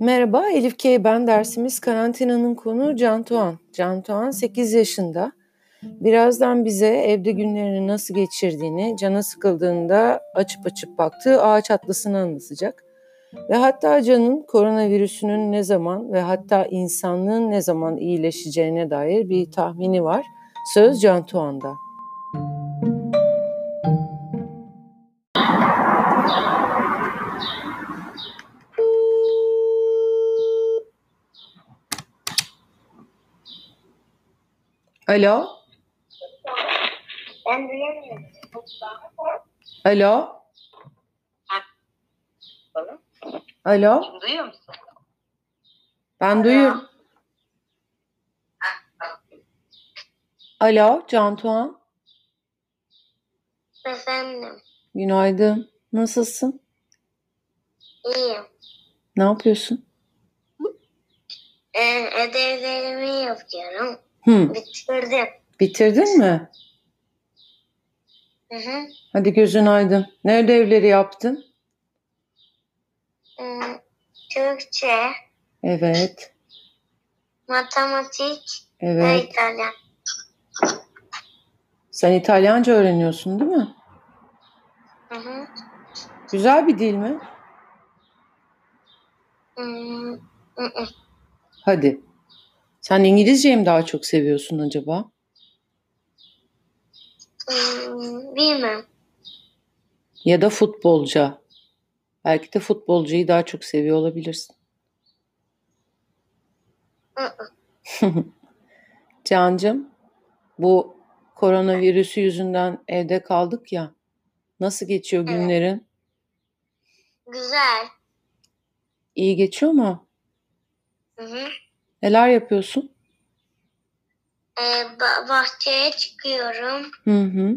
Merhaba, Elif K. Ben dersimiz karantinanın konu Can Doğan. Can Doğan 8 yaşında. Birazdan bize evde günlerini nasıl geçirdiğini, canı sıkıldığında açıp açıp baktığı ağaç atlasını anlatacak. Ve hatta Can'ın koronavirüsünün ne zaman ve hatta insanlığın ne zaman iyileşeceğine dair bir tahmini var. Söz Can Doğan'da. Alo? Ben duyamıyorum. Alo? Bana. Alo? Duyuyor musun? Ben duyuyorum. Alo, Can Doğan. Efendim. Günaydın. Nasılsın? İyiyim. Ne yapıyorsun? Ödevlerimi yapıyorum. Bitirdim. Bitirdin mi? Hı. Hadi gözün aydın. Ne ödevleri yaptın? Türkçe, Evet. matematik ve Evet. İtalyan. Sen İtalyanca öğreniyorsun değil mi? Hı. Güzel bir dil mi? Hı. Hadi. Sen İngilizceyi mi daha çok seviyorsun acaba? Bilmem. Ya da futbolca. Belki de futbolcuyu daha çok seviyor olabilirsin. Cancım, bu koronavirüsü yüzünden evde kaldık ya. Nasıl geçiyor Evet. günlerin? Güzel. İyi geçiyor mu? Hı. Neler yapıyorsun? Bahçeye çıkıyorum. Hı.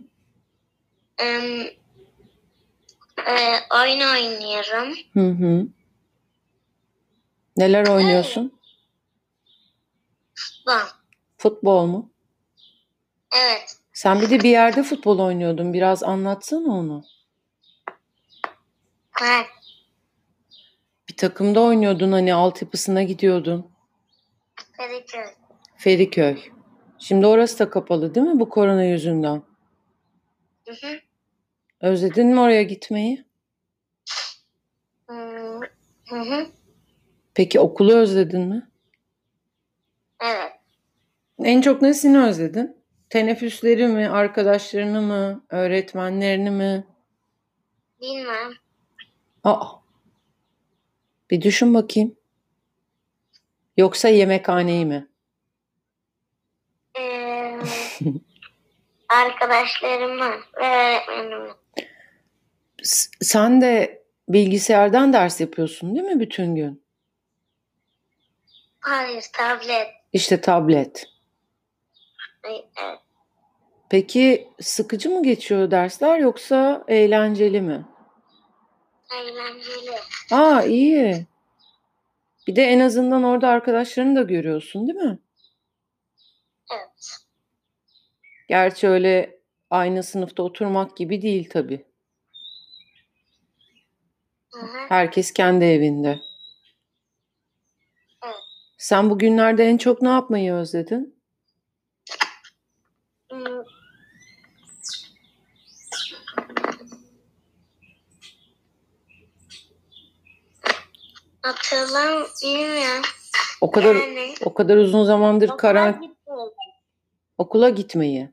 Oyun oynuyorum. Hı. Neler oynuyorsun? Bam. Futbol mu? Evet. Sen bir de bir yerde futbol oynuyordun. Biraz anlatsana onu. Evet. Bir takımda oynuyordun, hani altyapısına gidiyordun. Feriköy. Feriköy. Şimdi orası da kapalı değil mi bu korona yüzünden? Hı. Özledin mi oraya gitmeyi? Hı. Peki okulu özledin mi? Evet. En çok nesini özledin? Teneffüsleri mi, arkadaşlarını mı, öğretmenlerini mi? Bilmem. Aa, bir düşün bakayım. Yoksa yemekhaneyi mi? Arkadaşlarımı ve öğretmenimi. Sen de bilgisayardan ders yapıyorsun değil mi bütün gün? Hayır, tablet. İşte tablet. Evet. Peki sıkıcı mı geçiyor dersler yoksa eğlenceli mi? Eğlenceli. Aa, iyi. Bir de en azından orada arkadaşlarını da görüyorsun değil mi? Evet. Gerçi öyle aynı sınıfta oturmak gibi değil tabii. Hı. Herkes kendi evinde. Evet. Sen bugünlerde en çok ne yapmayı özledin? Hmm. Bilmiyorum. O kadar uzun zamandır Okula okula gitmeyi.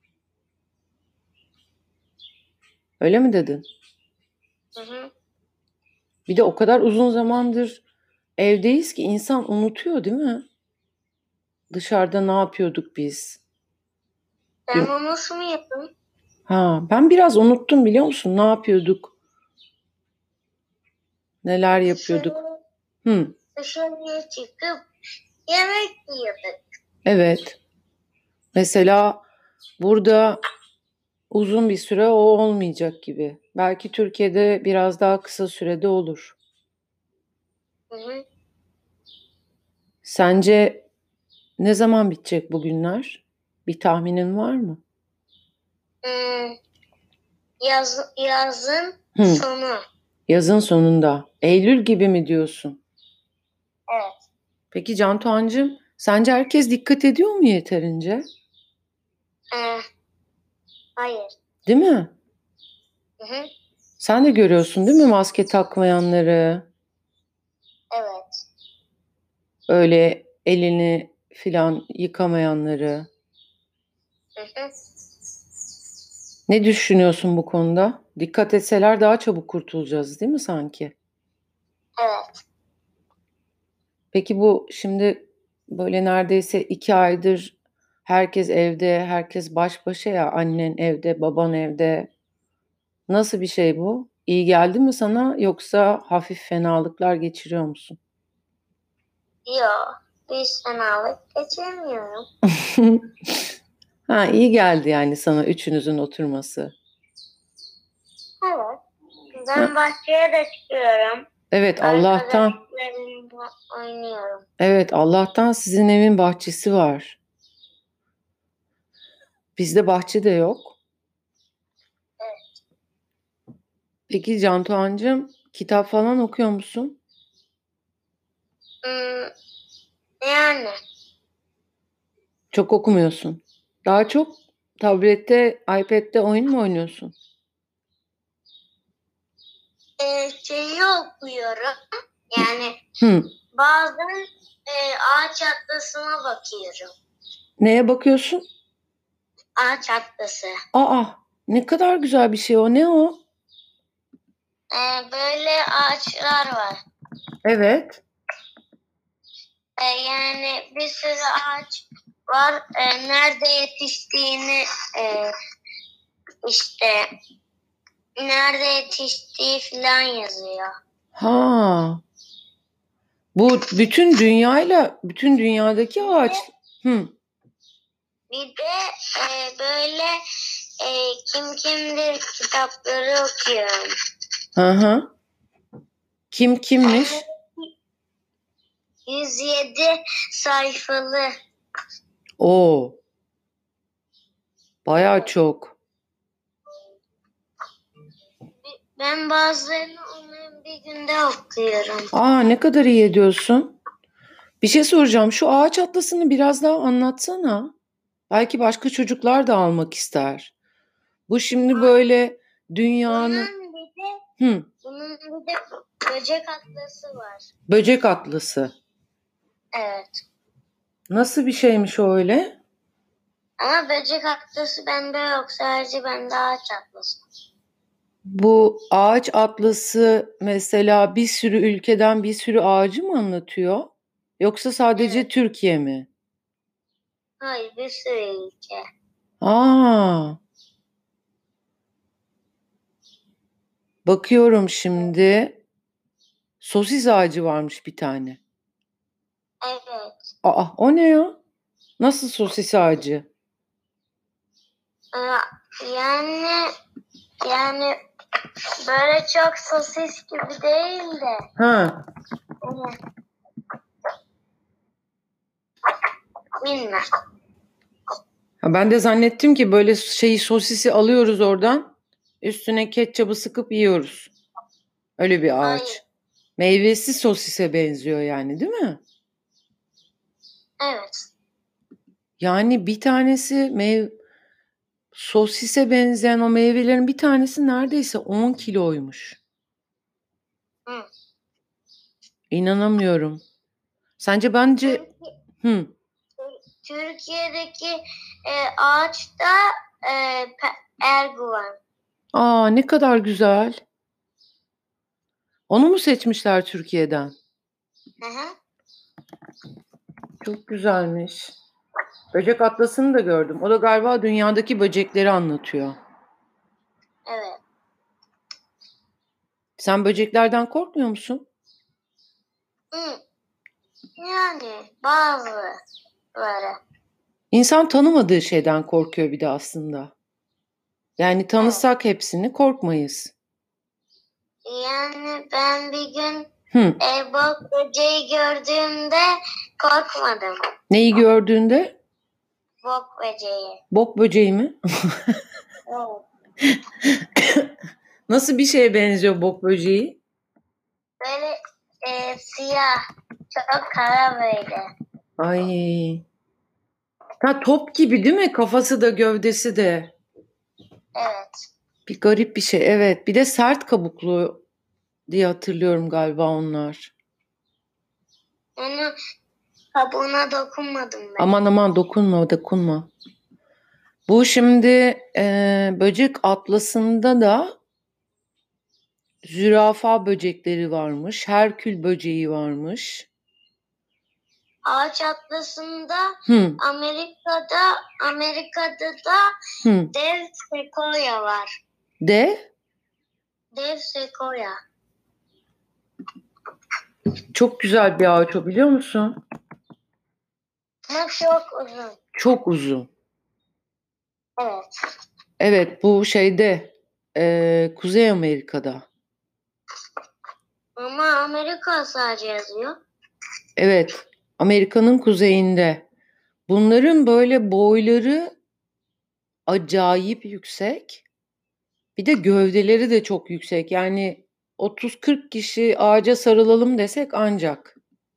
Öyle mi dedin? Hı. Bir de o kadar uzun zamandır evdeyiz ki insan unutuyor değil mi? Dışarıda ne yapıyorduk biz? Ben unutmuyordum. Ben biraz unuttum biliyor musun? Ne yapıyorduk? Neler yapıyorduk? Dışarıya çıkıp yemek yiyorduk. Evet. Mesela burada uzun bir süre o olmayacak gibi. Belki Türkiye'de biraz daha kısa sürede olur. Hı. Sence ne zaman bitecek bu günler? Bir tahminin var mı? Yazın sonu. Yazın sonunda. Eylül gibi mi diyorsun? Evet. Peki Cantuğancığım, sence herkes dikkat ediyor mu yeterince? Hayır. Değil mi? Hı. Sen de görüyorsun değil mi maske takmayanları, Evet. öyle elini filan yıkamayanları. Hı. Ne düşünüyorsun bu konuda? Dikkat etseler daha çabuk kurtulacağız değil mi sanki? Evet. Peki bu şimdi böyle neredeyse 2 aydır herkes evde, herkes baş başa ya, annen evde, baban evde. Nasıl bir şey bu? İyi geldi mi sana yoksa hafif fenalıklar geçiriyor musun? Yok. Bir fenalık geçirmiyorum. Ha, iyi geldi yani sana üçünüzün oturması. Evet. Ha, Ben bahçeye de çıkıyorum. evet Allah'tan. Arkadaşlarımla oynuyorum. Evet Allah'tan sizin evin bahçesi var. Bizde bahçe de yok. Evet. Peki Cantuğancığım kitap falan okuyor musun? Hmm, yani Çok okumuyorsun. Daha çok tablette, iPad'de oyun mu oynuyorsun? şeyi okuyorum. Yani Hı. bazen ağaç atlasına bakıyorum. Neye bakıyorsun? Ağaç atlası. Aa, ne kadar güzel bir şey o. Ne o? Böyle ağaçlar var. Evet. Yani bir sürü ağaç var. Nerede yetiştiğini işte nerede yetiştiği falan yazıyor. Ha. Bu bütün dünyadaki Bir ağaç. de, Hı. bir de böyle kim kimdir kitapları okuyorum. Hı hı. Kim kimmiş? 107 sayfalı. Oo, bayağı çok. Ben bazılarını onların bir günde okuyorum. Aa, ne kadar iyi ediyorsun. Bir şey soracağım. Şu ağaç atlasını biraz daha anlatsana. Belki başka çocuklar da almak ister. Bu şimdi böyle dünyanın... Bunun bir de böcek atlası var. Böcek atlası. Evet. Nasıl bir şeymiş o öyle? Ama böcek atlası bende yok. Sadece bende ağaç atlası. Bu ağaç atlası mesela bir sürü ülkeden bir sürü ağacı mı anlatıyor? Yoksa sadece Evet. Türkiye mi? Hayır, bir sürü ülke. Aa, bakıyorum şimdi. Sosis ağacı varmış bir tane. Evet. Aa, o ne ya? Nasıl sosis ağacı? Yani yani böyle çok sosis gibi değil de. Ha, Evet. Bilmem. ben de zannettim ki böyle sosisi alıyoruz oradan. Üstüne ketçabı sıkıp yiyoruz. Öyle bir ağaç. Hayır. Meyvesi sosise benziyor yani, değil mi? Evet. Yani bir tanesi sosise benzeyen o meyvelerin bir tanesi neredeyse 10 kiloymuş. Hı. İnanamıyorum. Sence bence... Türkiye, Hı. Türkiye'deki ağaç da erguvan. Aa, ne kadar güzel. Onu mu seçmişler Türkiye'den? Hı hı. Çok güzelmiş. Böcek atlasını da gördüm. O da galiba dünyadaki böcekleri anlatıyor. Evet. Sen böceklerden korkmuyor musun? Hı. Yani bazıları. İnsan tanımadığı şeyden korkuyor bir de aslında. Yani Evet. tanısak hepsini korkmayız. Yani ben bir gün Hı. bok böceği gördüğümde korkmadım. Neyi gördüğünde? Bok böceği. Bok böceği mi? Evet. Nasıl bir şeye benziyor bok böceği? Böyle siyah. Çok kara böyle. Ay. Ha, top gibi değil mi? Kafası da gövdesi de. Evet. Bir garip bir şey. Evet. Bir de sert kabuklu diye hatırlıyorum galiba onlar. Onu kabuğuna dokunmadım ben. Aman aman dokunma dokunma. Bu şimdi böcek atlasında da zürafa böcekleri varmış. Herkül böceği varmış. Ağaç atlasında Hı, Amerika'da da hı. dev sekoya var. De Dev sekoya. çok güzel bir ağaç o, biliyor musun? Ama çok uzun. Çok uzun. Evet. Evet, bu şeyde Kuzey Amerika'da. Ama Amerika sadece yazıyor. Evet, Amerika'nın kuzeyinde. Bunların böyle boyları acayip yüksek. Bir de gövdeleri de çok yüksek. Yani 30-40 kişi ağaca sarılalım desek ancak.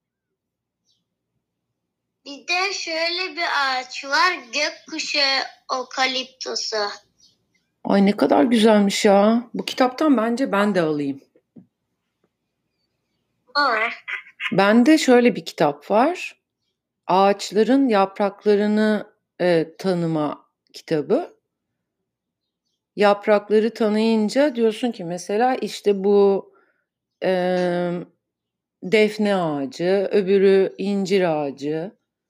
Bir de şöyle bir ağaç var. Gökkuşağı okaliptusu. Ay ne kadar güzelmiş ya. Bu kitaptan bence ben de alayım. Var. Bende şöyle bir kitap var. Ağaçların yapraklarını tanıma kitabı. Yaprakları tanıyınca diyorsun ki mesela işte bu e, defne ağacı, öbürü incir ağacı.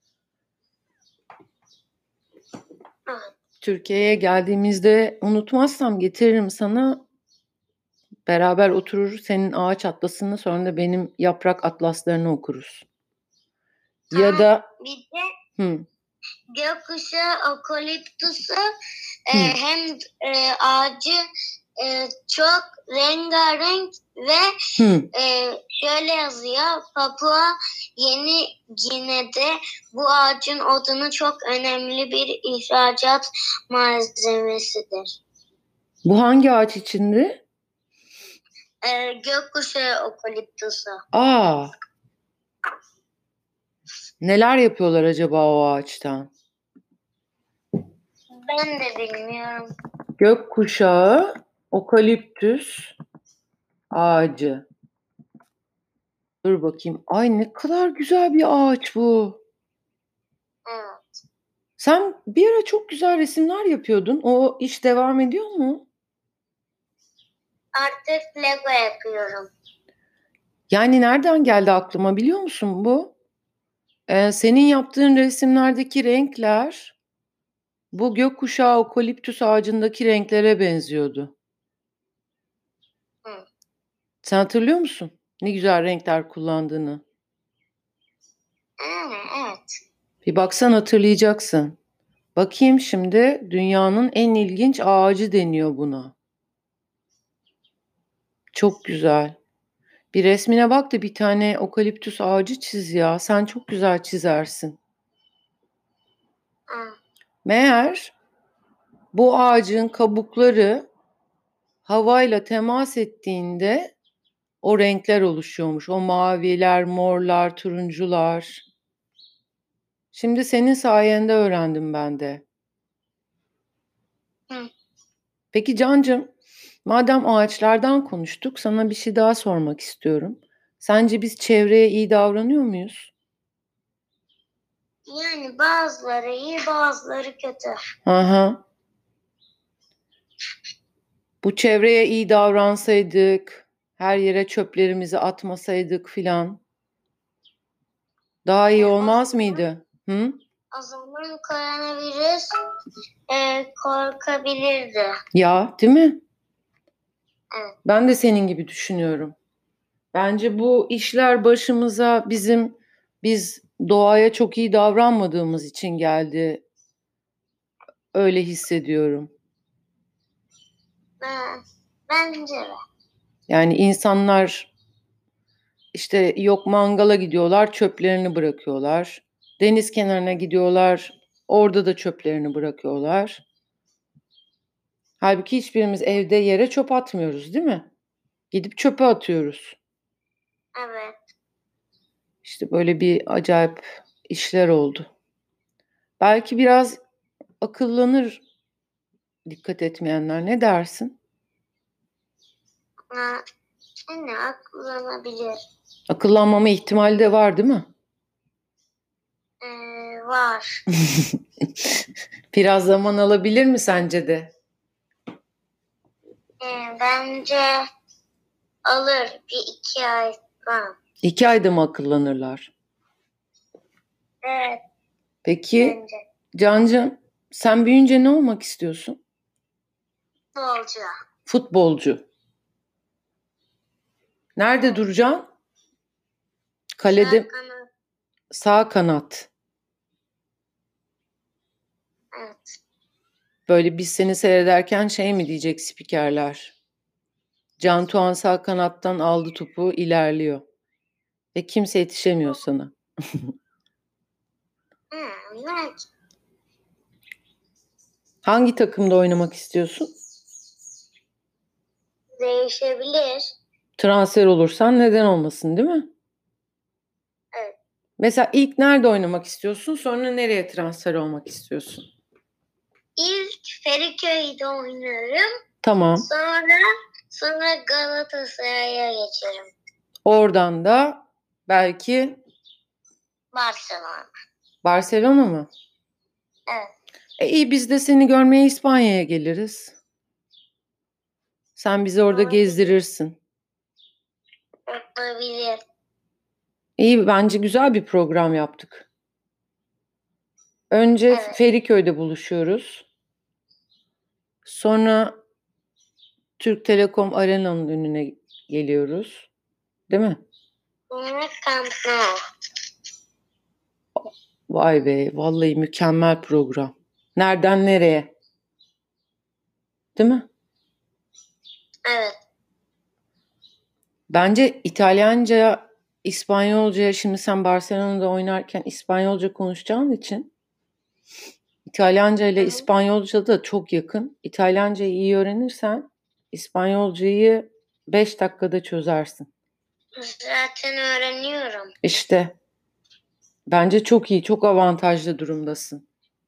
Evet. Türkiye'ye geldiğimizde unutmazsam getiririm sana. Beraber oturur senin ağaç atlasını, sonra da benim yaprak atlaslarını okuruz. Ya Tamam. da Bir de hı, gökkuşağı okaliptusu hı, hem ağacı çok rengarenk ve hı. şöyle yazıyor. Papua Yeni Gine'de bu ağacın odunu çok önemli bir ihracat malzemesidir. Bu hangi ağaç içindi? Gökkuşağı okaliptusu. Aa, neler yapıyorlar acaba o ağaçtan? Ben de bilmiyorum. Gökkuşağı, okaliptüs ağacı. Dur bakayım. Ay ne kadar güzel bir ağaç bu. Evet. Sen bir ara çok güzel resimler yapıyordun. O iş devam ediyor mu? Artık Lego yapıyorum. Yani nereden geldi aklıma biliyor musun bu? Senin yaptığın resimlerdeki renkler bu gökkuşağı okaliptüs ağacındaki renklere benziyordu. Hı. Sen hatırlıyor musun? Ne güzel renkler kullandığını. Evet. Bir baksan hatırlayacaksın. Bakayım şimdi, dünyanın en ilginç ağacı deniyor buna. Çok güzel. Bir resmine bak da bir tane okaliptüs ağacı çiz ya. Sen çok güzel çizersin. Hı. Meğer bu ağacın kabukları havayla temas ettiğinde o renkler oluşuyormuş. O maviler, morlar, turuncular. Şimdi senin sayende öğrendim ben de. Hı. Peki Cancığım, madem ağaçlardan konuştuk, sana bir şey daha sormak istiyorum. Sence biz çevreye iyi davranıyor muyuz? Yani bazıları iyi, bazıları kötü. Hı hı. Bu çevreye iyi davransaydık, her yere çöplerimizi atmasaydık filan, daha iyi O olmaz zaman, mıydı? Hı? o zaman koronavirüs korkabilirdi. Ya, değil mi? Evet. Ben de senin gibi düşünüyorum. Bence bu işler başımıza biz doğaya çok iyi davranmadığımız için geldi. Öyle hissediyorum. Evet. Bence de. Yani insanlar işte yok mangala gidiyorlar, çöplerini bırakıyorlar. Deniz kenarına gidiyorlar, orada da çöplerini bırakıyorlar. Halbuki hiçbirimiz evde yere çöp atmıyoruz, değil mi? Gidip çöpe atıyoruz. Evet. İşte böyle bir acayip işler oldu. Belki biraz akıllanır dikkat etmeyenler. Ne dersin? Ne akıllanabilir? Akıllanmama ihtimali de var değil mi? Var. Biraz zaman alabilir mi sence de? Bence alır 1-2 ay falan. 2 ayda mı akıllanırlar? Evet. Peki Bence. Cancığım, sen büyüyünce ne olmak istiyorsun? Futbolcu. Futbolcu. Nerede duracaksın? Kalede sağ kanat. Evet. Böyle biz seni seyrederken şey mi diyecek spikerler? Cantuan sağ kanattan aldı topu ilerliyor. Ve kimse yetişemiyor sana. Evet. Hangi takımda oynamak istiyorsun? Değişebilir. Transfer olursan neden olmasın değil mi? Evet. Mesela ilk nerede oynamak istiyorsun? Sonra nereye transfer olmak istiyorsun? İlk Feriköy'de oynarım. Tamam. Sonra Galatasaray'a geçerim. Oradan da belki Barcelona. Barcelona mı? Evet. İyi biz de seni görmeye İspanya'ya geliriz. Sen bizi orada gezdirirsin. Olabilir. İyi bence güzel bir program yaptık. Önce Evet. Feriköy'de buluşuyoruz. Sonra Türk Telekom Arena'nın önüne geliyoruz. Değil mi? Sonra Camp Nou. Vay be, vallahi mükemmel program. Nereden nereye? Değil mi? Evet. Bence İtalyanca, İspanyolca, şimdi sen Barcelona'da oynarken İspanyolca konuşacağın için İtalyanca ile İspanyolca da çok yakın. İtalyancayı iyi öğrenirsen İspanyolcayı 5 dakikada çözersin. Zaten öğreniyorum. İşte bence çok iyi, çok avantajlı durumdasın.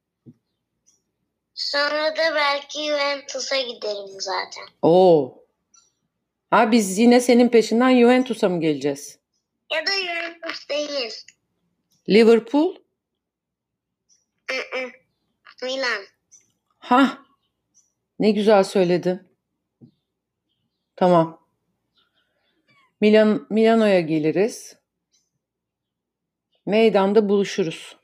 Sonra da belki Juventus'a giderim zaten. Oo. Ha biz yine senin peşinden Juventus'a mı geleceğiz? Ya da Juventus değil. Liverpool? Milan. Ha, ne güzel söyledin. Tamam. Milano'ya geliriz. Meydanda buluşuruz.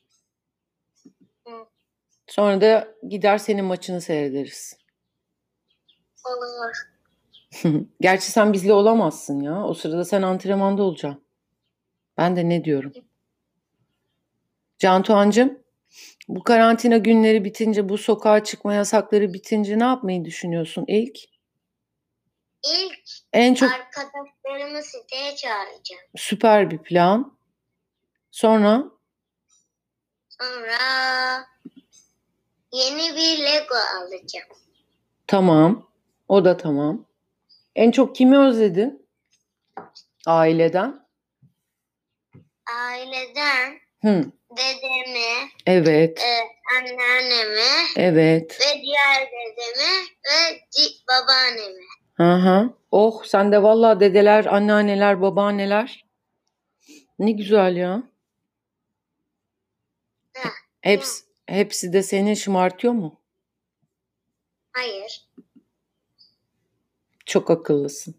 Hı. Sonra da gider senin maçını seyrederiz. Olur. Gerçi sen bizle olamazsın ya. O sırada sen antrenmanda olacaksın. Ben de ne diyorum? Cantuancığım, bu karantina günleri bitince, bu sokağa çıkma yasakları bitince ne yapmayı düşünüyorsun ilk? İlk En çok arkadaşlarımı siteye çağıracağım. süper bir plan. Sonra yeni bir Lego alacağım. tamam. O da tamam. En çok kimi özledin? Aileden? Aileden Hı. dedemi, Evet. anneannemi Evet. ve diğer dedemi ve babaannemi. Hı hı. Oh sen de vallahi dedeler, anneanneler, babaanneler. Ne güzel ya. Hepsi de seni şımartıyor mu? Hayır. Çok akıllısın.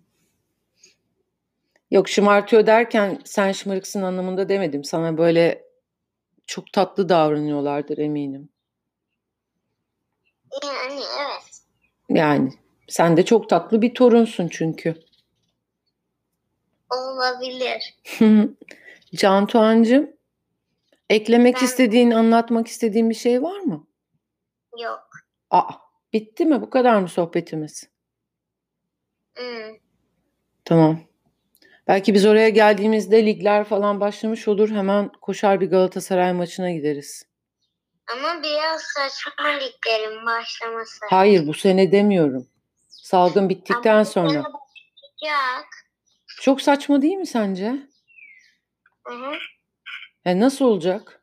Yok şımartıyor derken sen şımarıksın anlamında demedim. Sana böyle çok tatlı davranıyorlardır eminim. Yani evet. Yani sen de çok tatlı bir torunsun çünkü. Olabilir. Cantuancığım, eklemek istediğin, anlatmak istediğin bir şey var mı? Yok. Bitti mi? Bu kadar mı sohbetimiz? Hmm. Tamam. Belki biz oraya geldiğimizde ligler falan başlamış olur. Hemen koşar bir Galatasaray maçına gideriz. Ama biraz saçma liglerin başlaması. Hayır, bu sene demiyorum. Salgın bittikten sonra. Başlayacak. Çok saçma değil mi sence? Hı hı. Nasıl olacak?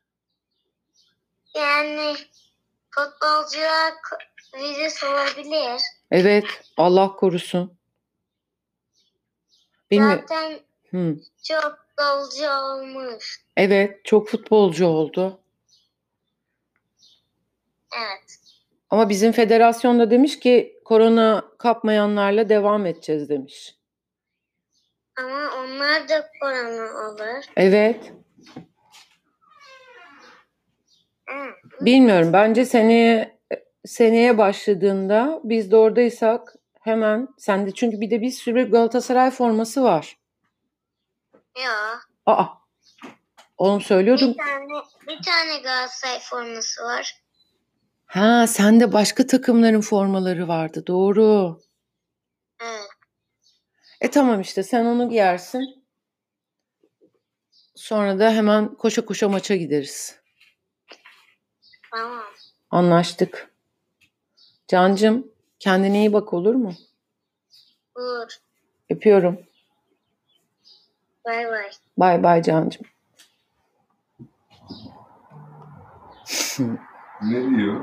Yani futbolcular virüs olabilir. Evet, Allah korusun. Bilmiyorum. Zaten Hı. çok futbolcu olmuş. Evet, çok futbolcu oldu. Evet. Ama bizim federasyon da demiş ki korona kapmayanlarla devam edeceğiz demiş. Ama onlar da korona olur. Evet, Hı. bilmiyorum. Bence seneye başladığında biz de oradaysak hemen sende çünkü bir de bir sürü Galatasaray forması var. Ya. Aa, oğlum söylüyordum. Bir tane Galatasaray forması var. Ha, sende başka takımların formaları vardı. Doğru. Evet. Tamam işte sen onu giyersin. Sonra da hemen koşa koşa maça gideriz. Tamam. Anlaştık. Cancım, kendine iyi bak olur mu? Olur. Öpüyorum. Bay bay. Bay bay Cancım. Ne diyor?